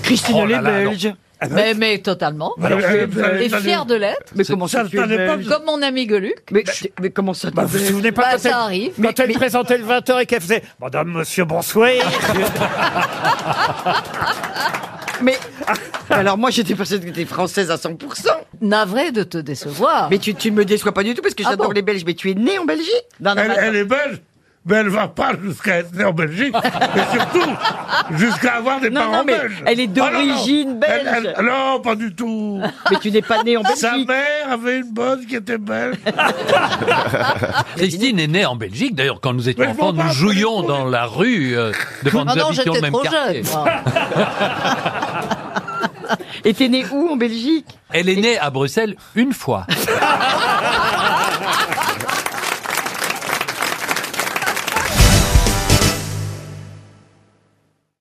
Christine, Oh elle est là là, belge. Mais totalement. Et fière de l'être. Mais comment ça, tu es belge? Comme mon ami Geluc. Mais comment ça, Vous vous souvenez pas Bah, quand ça elle, arrive. quand elle présentait le 20h et qu'elle faisait « Madame, monsieur, bonsoir ». Mais alors moi j'étais persuadée que tu étais française à 100%. Navré de te décevoir. Mais tu ne me déçois pas du tout parce que j'adore bon les Belges. Mais tu es née en Belgique Elle est belge, mais elle va pas jusqu'à être née en Belgique, et surtout jusqu'à avoir des Non, parents non, mais belges. elle est d'origine belge. Non, pas du tout. Mais tu n'es pas née en Sa Belgique. mère avait une bonne qui était belge. Christine est née en Belgique. D'ailleurs, quand nous étions Mais je enfants, m'en bats, nous jouions dans la rue devant Ah nous non, habitions j'étais le même trop quartier. jeune. moi. Et t'es née où en Belgique? Elle est née à Bruxelles une fois.